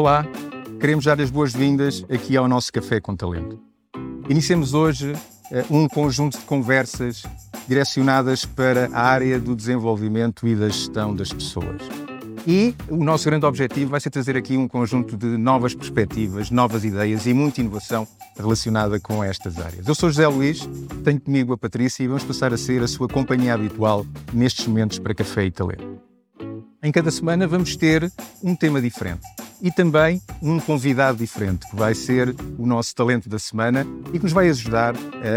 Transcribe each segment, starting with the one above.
Olá, queremos dar as boas-vindas aqui ao nosso Café com Talento. Iniciamos hoje um conjunto de conversas direcionadas para a área do desenvolvimento e da gestão das pessoas. E o nosso grande objetivo vai ser trazer aqui um conjunto de novas perspectivas, novas ideias e muita inovação relacionada com estas áreas. Eu sou José Luís, tenho comigo a Patrícia e vamos passar a ser a sua companhia habitual nestes momentos para Café e Talento. Em cada semana vamos ter um tema diferente e também um convidado diferente, que vai ser o nosso talento da semana e que nos vai ajudar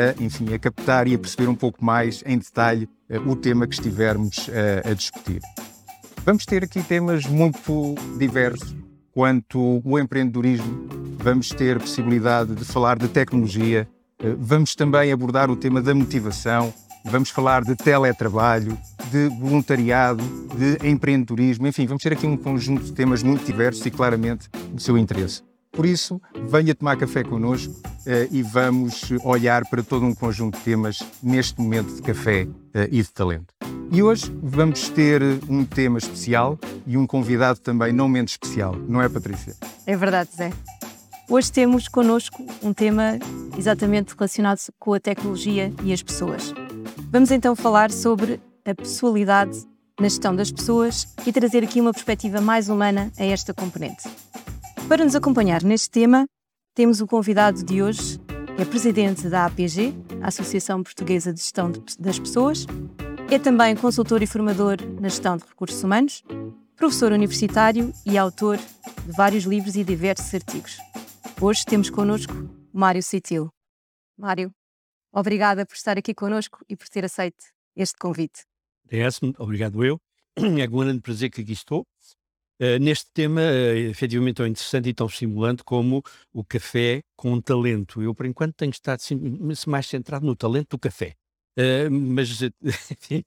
a captar e a perceber um pouco mais em detalhe o tema que estivermos a discutir. Vamos ter aqui temas muito diversos quanto o empreendedorismo, vamos ter possibilidade de falar de tecnologia, vamos também abordar o tema da motivação, vamos falar de teletrabalho, de voluntariado, de empreendedorismo, enfim, vamos ter aqui um conjunto de temas muito diversos e claramente do seu interesse. Por isso, venha tomar café connosco e vamos olhar para todo um conjunto de temas neste momento de café e de talento. E hoje vamos ter um tema especial e um convidado também não menos especial, não é, Patrícia? É verdade, Zé. Hoje temos connosco um tema exatamente relacionado com a tecnologia e as pessoas. Vamos então falar sobre a pessoalidade na gestão das pessoas e trazer aqui uma perspectiva mais humana a esta componente. Para nos acompanhar neste tema, temos o convidado de hoje, que é presidente da APG, a Associação Portuguesa de Gestão das Pessoas, é também consultor e formador na gestão de recursos humanos, professor universitário e autor de vários livros e diversos artigos. Hoje temos connosco Mário Citilo. Mário, obrigada por estar aqui connosco e por ter aceito este convite. Obrigado eu. É com um grande prazer que aqui estou. Neste tema, efetivamente, tão interessante e tão estimulante como o café com talento. Eu, por enquanto, tenho estado mais centrado no talento do café. Mas enfim,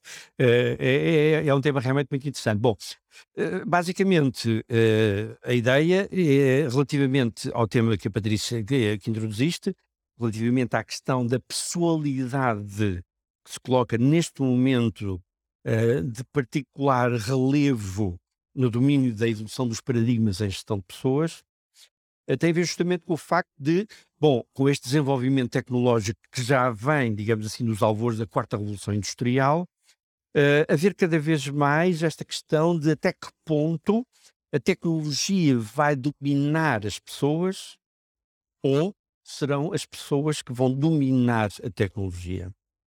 é um tema realmente muito interessante. Bom, basicamente, a ideia é relativamente ao tema que a Patrícia que introduziste, relativamente à questão da pessoalidade que se coloca neste momento de particular relevo no domínio da evolução dos paradigmas em gestão de pessoas, tem a ver justamente com o facto de, com este desenvolvimento tecnológico que já vem, digamos assim, nos alvores da quarta revolução industrial, haver cada vez mais esta questão de até que ponto a tecnologia vai dominar as pessoas ou serão as pessoas que vão dominar a tecnologia.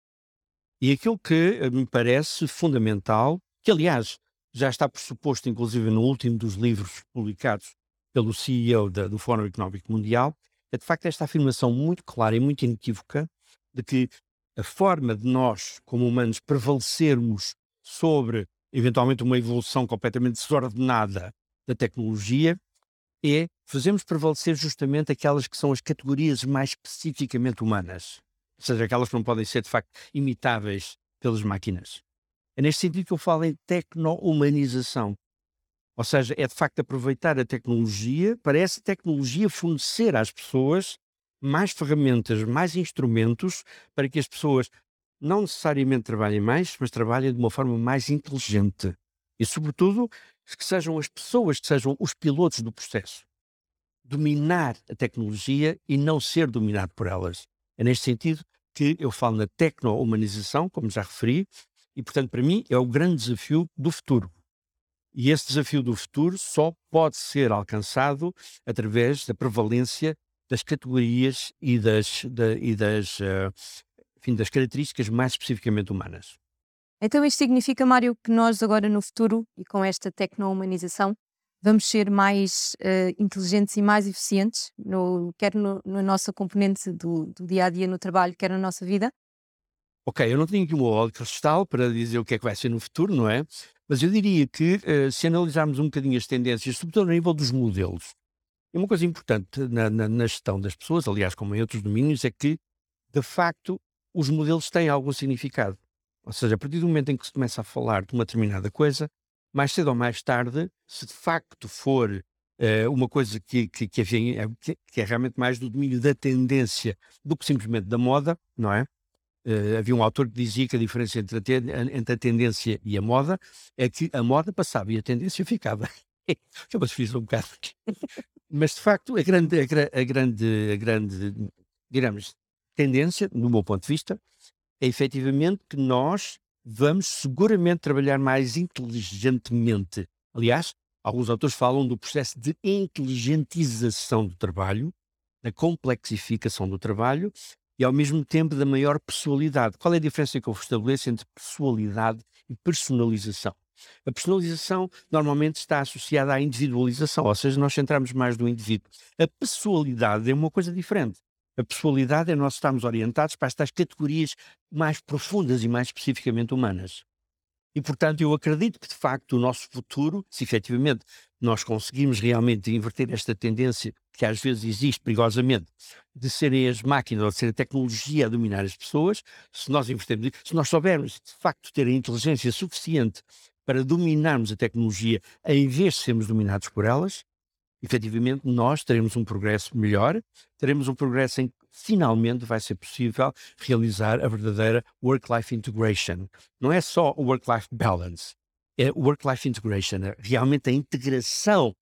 E aquilo que me parece fundamental, que aliás já está pressuposto inclusive no último dos livros publicados pelo CEO do Fórum Económico Mundial, é de facto esta afirmação muito clara e muito inequívoca de que a forma de nós, como humanos, prevalecermos sobre, eventualmente, uma evolução completamente desordenada da tecnologia é fazermos prevalecer justamente aquelas que são as categorias mais especificamente humanas, ou seja, aquelas que não podem ser, de facto, imitáveis pelas máquinas. É neste sentido que eu falo em tecno-humanização. Ou seja, é de facto aproveitar a tecnologia para essa tecnologia fornecer às pessoas mais ferramentas, mais instrumentos para que as pessoas não necessariamente trabalhem mais, mas trabalhem de uma forma mais inteligente. E, sobretudo, que sejam as pessoas que sejam os pilotos do processo. Dominar a tecnologia e não ser dominado por elas. É neste sentido que eu falo na tecno-humanização, como já referi, e, portanto, para mim é o grande desafio do futuro. E esse desafio do futuro só pode ser alcançado através da prevalência das categorias e das características mais especificamente humanas. Então isto significa, Mário, que nós agora no futuro, e com esta tecno-humanização, vamos ser mais inteligentes e mais eficientes, quer na nossa componente do dia-a-dia no trabalho, quer na nossa vida? Ok, eu não tenho aqui uma bola de cristal para dizer o que é que vai ser no futuro, não é? Mas eu diria que se analisarmos um bocadinho as tendências, sobretudo a nível dos modelos, e uma coisa importante na gestão das pessoas, aliás, como em outros domínios, é que, de facto, os modelos têm algum significado. Ou seja, a partir do momento em que se começa a falar de uma determinada coisa, mais cedo ou mais tarde, se de facto for uma coisa que é realmente mais do domínio da tendência do que simplesmente da moda, não é? Havia um autor que dizia que a diferença entre a tendência e a moda é que a moda passava e a tendência ficava. Eu me fiz um bocado. Mas, de facto, a grande, digamos, tendência, no meu ponto de vista, é efetivamente que nós vamos seguramente trabalhar mais inteligentemente. Aliás, alguns autores falam do processo de inteligentização do trabalho, da complexificação do trabalho e, ao mesmo tempo, da maior pessoalidade. Qual é a diferença que eu estabeleço entre pessoalidade e personalização? A personalização normalmente está associada à individualização, ou seja, nós centramos mais no indivíduo. A pessoalidade é uma coisa diferente. A pessoalidade é nós estarmos orientados para estas categorias mais profundas e mais especificamente humanas. E, portanto, eu acredito que, de facto, o nosso futuro, se efetivamente nós conseguirmos realmente inverter esta tendência que às vezes existe perigosamente, de serem as máquinas ou de ser a tecnologia a dominar as pessoas, se nós invertermos, se nós soubermos, de facto, ter a inteligência suficiente para dominarmos a tecnologia em vez de sermos dominados por elas, efetivamente nós teremos um progresso melhor, teremos um progresso em que finalmente vai ser possível realizar a verdadeira work-life integration. Não é só o work-life balance, é o work-life integration, é realmente a integração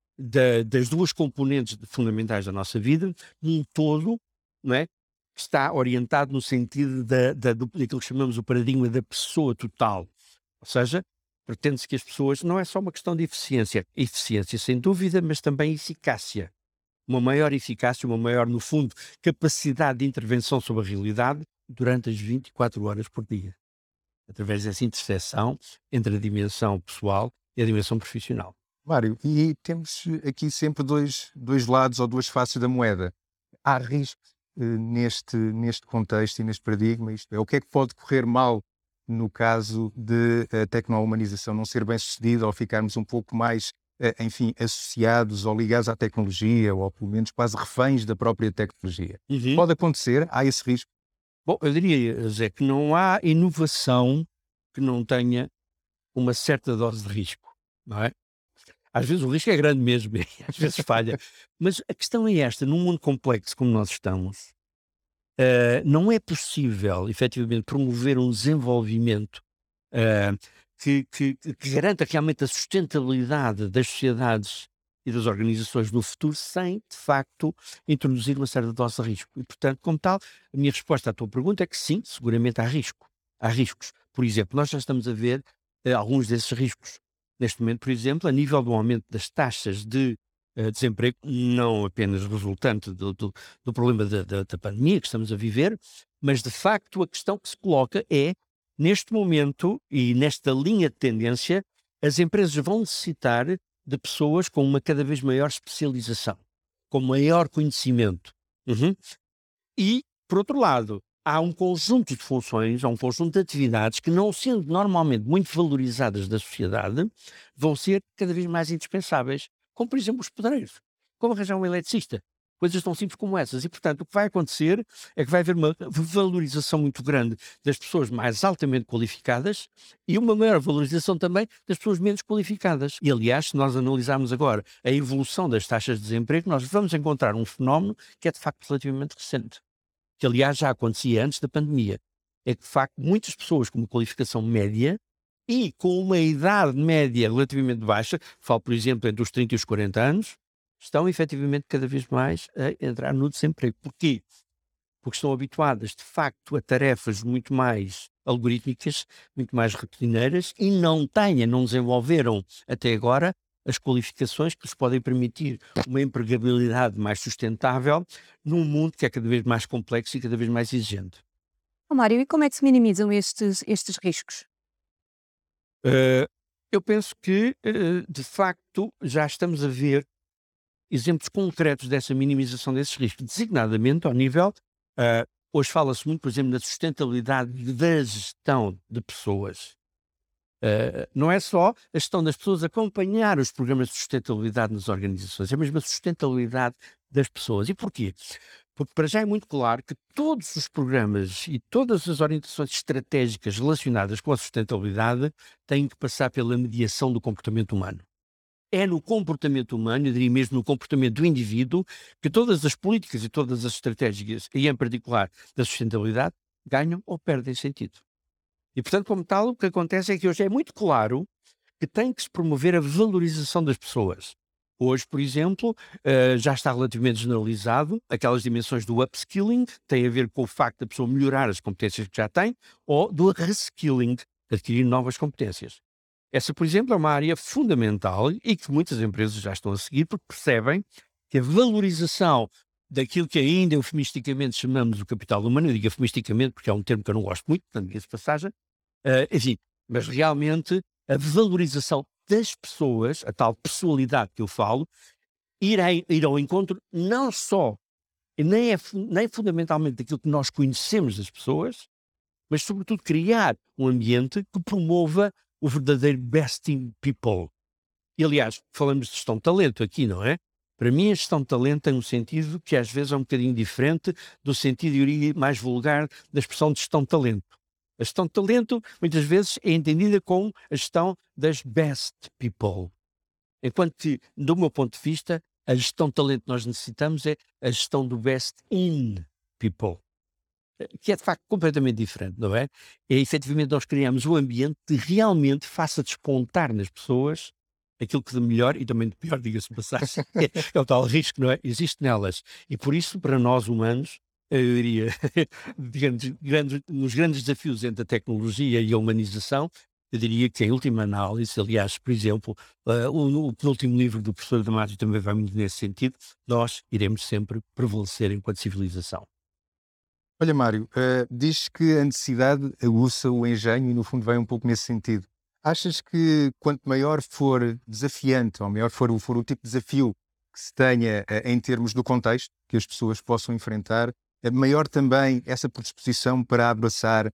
das duas componentes fundamentais da nossa vida num todo, não é? Que está orientado no sentido daquilo que chamamos o paradigma da pessoa total. Ou seja, pretende-se que as pessoas, não é só uma questão de eficiência sem dúvida, mas também eficácia. Uma maior eficácia, uma maior, no fundo, capacidade de intervenção sobre a realidade durante as 24 horas por dia. Através dessa interseção entre a dimensão pessoal e a dimensão profissional. Mário, e temos aqui sempre dois lados ou duas faces da moeda. Há risco neste contexto e neste paradigma, isto é, o que é que pode correr mal no caso de a tecno-humanização não ser bem sucedida ou ficarmos um pouco mais, enfim, associados ou ligados à tecnologia ou pelo menos quase reféns da própria tecnologia. Pode acontecer? Há esse risco? Bom, eu diria, Zé, que não há inovação que não tenha uma certa dose de risco, não é? Às vezes o risco é grande mesmo, e às vezes falha. Mas a questão é esta, num mundo complexo como nós estamos, não é possível, efetivamente, promover um desenvolvimento que garanta realmente a sustentabilidade das sociedades e das organizações no futuro sem, de facto, introduzir uma certa dose de risco. E, portanto, como tal, a minha resposta à tua pergunta é que sim, seguramente há risco. Há riscos. Por exemplo, nós já estamos a ver alguns desses riscos. Neste momento, por exemplo, a nível do aumento das taxas de desemprego, não apenas resultante do problema da pandemia que estamos a viver, mas de facto a questão que se coloca é, neste momento e nesta linha de tendência, as empresas vão necessitar de pessoas com uma cada vez maior especialização, com maior conhecimento. E, por outro lado, há um conjunto de funções, há um conjunto de atividades que, não sendo normalmente muito valorizadas da sociedade, vão ser cada vez mais indispensáveis, como, por exemplo, os pedreiros, como arranjar um eletricista, coisas tão simples como essas. E, portanto, o que vai acontecer é que vai haver uma valorização muito grande das pessoas mais altamente qualificadas e uma maior valorização também das pessoas menos qualificadas. E, aliás, se nós analisarmos agora a evolução das taxas de desemprego, nós vamos encontrar um fenómeno que é, de facto, relativamente recente, que aliás já acontecia antes da pandemia, é que de facto muitas pessoas com uma qualificação média e com uma idade média relativamente baixa, falo por exemplo entre os 30 e os 40 anos, estão efetivamente cada vez mais a entrar no desemprego. Porquê? Porque estão habituadas de facto a tarefas muito mais algorítmicas, muito mais rotineiras e não desenvolveram até agora as qualificações que lhes podem permitir uma empregabilidade mais sustentável num mundo que é cada vez mais complexo e cada vez mais exigente. Mário, e como é que se minimizam estes riscos? Eu penso que, de facto, já estamos a ver exemplos concretos dessa minimização desses riscos, designadamente ao nível, hoje fala-se muito, por exemplo, da sustentabilidade da gestão de pessoas. Não é só a gestão das pessoas acompanhar os programas de sustentabilidade nas organizações, é mesmo a sustentabilidade das pessoas. E porquê? Porque para já é muito claro que todos os programas e todas as orientações estratégicas relacionadas com a sustentabilidade têm que passar pela mediação do comportamento humano. É no comportamento humano, eu diria mesmo no comportamento do indivíduo, que todas as políticas e todas as estratégias, e em particular da sustentabilidade, ganham ou perdem sentido. E, portanto, como tal, o que acontece é que hoje é muito claro que tem que se promover a valorização das pessoas. Hoje, por exemplo, já está relativamente generalizado. Aquelas dimensões do upskilling têm a ver com o facto da pessoa melhorar as competências que já tem, ou do reskilling, adquirir novas competências. Essa, por exemplo, é uma área fundamental e que muitas empresas já estão a seguir porque percebem que a valorização daquilo que ainda eufemisticamente chamamos o capital humano, eu digo eufemisticamente porque é um termo que eu não gosto muito, portanto, diga-se de passagem, enfim, mas realmente a valorização das pessoas, a tal pessoalidade que eu falo, ir ao encontro não só, nem fundamentalmente daquilo que nós conhecemos das pessoas, mas sobretudo criar um ambiente que promova o verdadeiro best in people. E aliás, falamos de gestão de talento aqui, não é? Para mim, a gestão de talento tem um sentido que às vezes é um bocadinho diferente do sentido, eu diria, mais vulgar da expressão de gestão de talento. A gestão de talento, muitas vezes, é entendida como a gestão das best people. Enquanto que, do meu ponto de vista, a gestão de talento que nós necessitamos é a gestão do best in people. Que é, de facto, completamente diferente, não é? É, efetivamente, nós criamos um ambiente que realmente faça despontar nas pessoas aquilo que de melhor e também de pior, diga-se de passagem, é o tal risco, não é? Existe nelas. E por isso, para nós humanos, eu diria, nos grandes desafios entre a tecnologia e a humanização, eu diria que, em última análise, aliás, por exemplo, o penúltimo livro do professor Damasio também vai muito nesse sentido, nós iremos sempre prevalecer enquanto civilização. Olha, Mário, diz que a necessidade aguça o engenho e, no fundo, vai um pouco nesse sentido. Achas que quanto maior for desafiante, ou maior for o tipo de desafio que se tenha em termos do contexto que as pessoas possam enfrentar, maior também essa predisposição para abraçar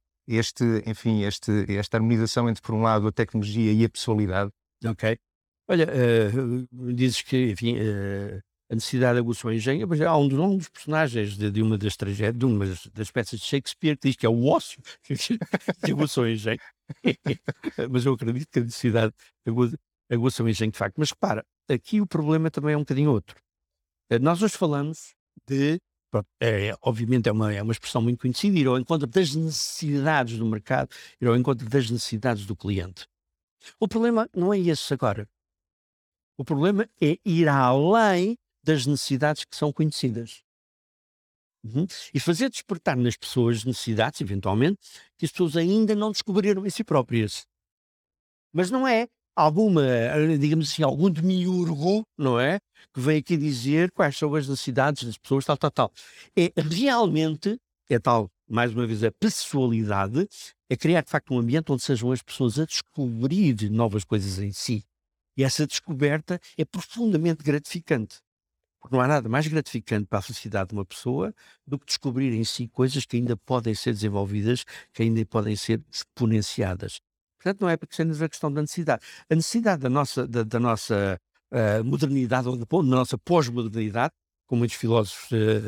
esta harmonização entre, por um lado, a tecnologia e a pessoalidade? Ok. Olha, dizes que, enfim, a necessidade aguçou o engenho, mas há um dos personagens de uma das tragédias, de uma das peças de Shakespeare, que diz que é o ócio que aguçou o engenho. Mas eu acredito que a necessidade aguça o engenho de facto. Mas repara, aqui o problema também é um bocadinho outro. Nós hoje falamos de, pronto, obviamente é uma expressão muito conhecida, ir ao encontro das necessidades do mercado, ir ao encontro das necessidades do cliente. O problema não é esse agora. O problema é ir além das necessidades que são conhecidas. E fazer despertar nas pessoas necessidades, eventualmente, que as pessoas ainda não descobriram em si próprias. Mas não é alguma, digamos assim, algum demiurgo, não é? Que vem aqui dizer quais são as necessidades das pessoas, tal, tal, tal. É realmente, é tal, mais uma vez, a pessoalidade, é criar de facto um ambiente onde sejam as pessoas a descobrir novas coisas em si. E essa descoberta é profundamente gratificante. Porque não há nada mais gratificante para a felicidade de uma pessoa do que descobrir em si coisas que ainda podem ser desenvolvidas, que ainda podem ser exponenciadas. Portanto, não é apenas a questão da necessidade. A necessidade da nossa modernidade, ou da nossa pós-modernidade, como muitos filósofos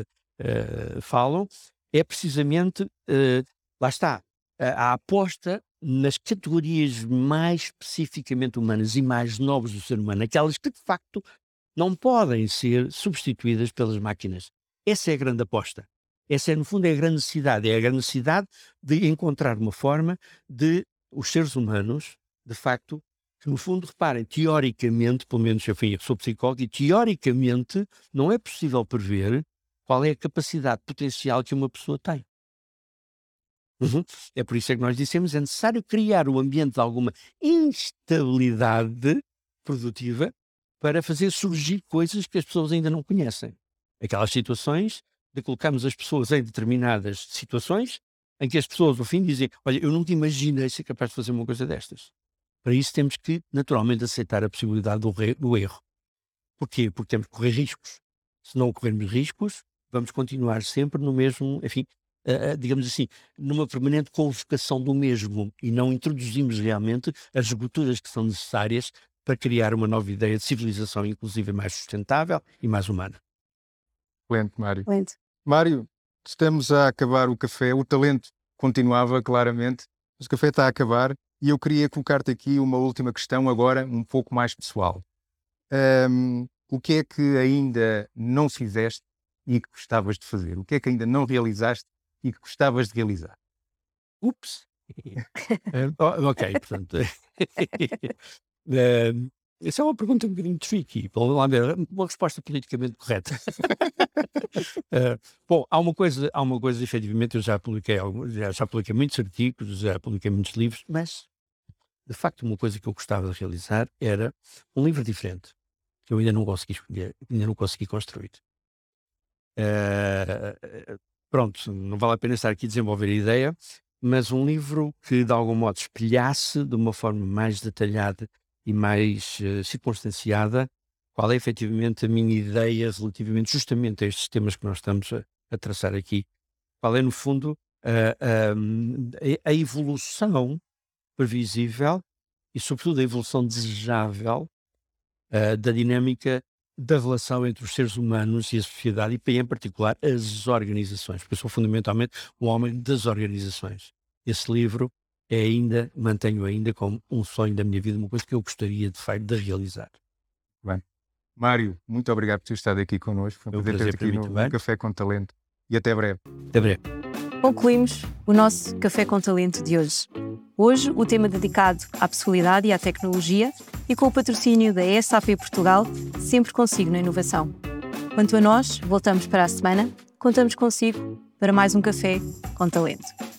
falam, é precisamente, lá está, a aposta nas categorias mais especificamente humanas e mais nobres do ser humano, aquelas que de facto não podem ser substituídas pelas máquinas. Essa é a grande aposta. Essa é, no fundo, é a grande necessidade. É a grande necessidade de encontrar uma forma de os seres humanos, de facto, que no fundo, reparem, teoricamente, pelo menos, enfim, eu sou psicólogo, e teoricamente não é possível prever qual é a capacidade potencial que uma pessoa tem. É por isso é que nós dissemos, é necessário criar um ambiente de alguma instabilidade produtiva para fazer surgir coisas que as pessoas ainda não conhecem. Aquelas situações de colocarmos as pessoas em determinadas situações em que as pessoas, ao fim, dizem: olha, eu nunca imaginei ser capaz de fazer uma coisa destas. Para isso temos que, naturalmente, aceitar a possibilidade do erro. Porquê? Porque temos que correr riscos. Se não corrermos riscos, vamos continuar sempre no mesmo, enfim, digamos assim, numa permanente convocação do mesmo e não introduzimos realmente as rupturas que são necessárias para criar uma nova ideia de civilização, inclusive mais sustentável e mais humana. Excelente, Mário. Excelente. Mário, estamos a acabar o café, o talento continuava claramente, mas o café está a acabar e eu queria colocar-te aqui uma última questão agora um pouco mais pessoal. O que é que ainda não fizeste e que gostavas de fazer? O que é que ainda não realizaste e que gostavas de realizar? Ups! Ok, portanto... Essa é uma pergunta um bocadinho tricky. Vamos lá ver, uma resposta politicamente correta. Bom, há uma coisa, efetivamente, eu já publiquei muitos artigos, já publiquei muitos livros, mas, de facto, uma coisa que eu gostava de realizar era um livro diferente, que eu ainda não consegui escolher, ainda não consegui construir. Pronto, não vale a pena estar aqui a desenvolver a ideia, mas um livro que, de algum modo, espelhasse de uma forma mais detalhada e mais circunstanciada qual é efetivamente a minha ideia relativamente justamente a estes temas que nós estamos a traçar aqui. Qual é, no fundo, a evolução previsível e, sobretudo, a evolução desejável da dinâmica da relação entre os seres humanos e a sociedade e, em particular, as organizações, porque eu sou fundamentalmente um homem das organizações. Esse livro mantenho ainda como um sonho da minha vida, uma coisa que eu gostaria, de facto, de realizar. Bem. Mário, muito obrigado por ter estado aqui connosco. Foi um prazer ter-te aqui no Café com Talento e até breve. Até breve. Concluímos o nosso Café com Talento de hoje. Hoje, o tema dedicado à pessoalidade e à tecnologia e com o patrocínio da SAP Portugal, sempre consigo na inovação. Quanto a nós, voltamos para a semana. Contamos consigo para mais um Café com Talento.